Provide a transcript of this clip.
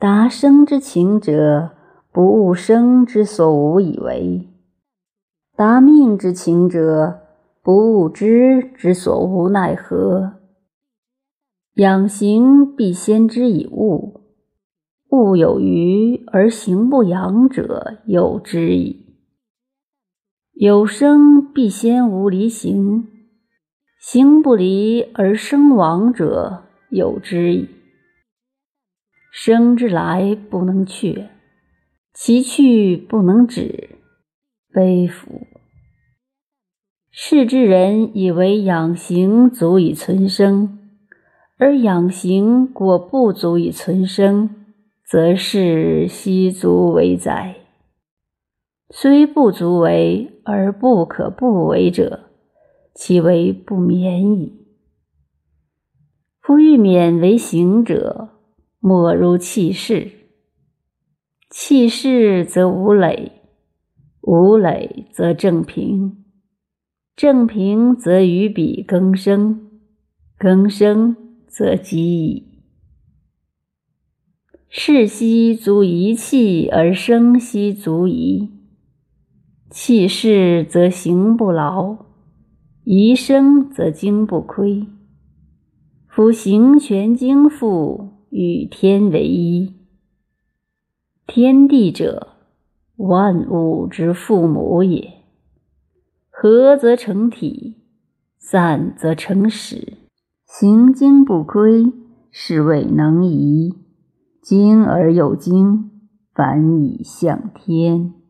达生之情者，不务生之所无以为；达命之情者，不务知之所无奈何。养形必先知以物，物有余而形不养者，有之矣。有生必先无离形，形不离而生亡者，有之矣。生之来不能却，其去不能止，悲夫！世之人以为养形足以存生，而养形果不足以存生，则是奚足为哉？虽不足为而不可不为者，其为不免矣。夫欲免为形者，莫如弃市。弃市则无累，无累则正平，正平则于彼更生，更生则极矣。事兮足一弃而生兮足疑，弃市则形不劳，疑生则精不亏。夫形全精复，与天为一。天地者，万物之父母也。合则成体，散则成始。形精不亏，是谓能移。精而有精，反以象天。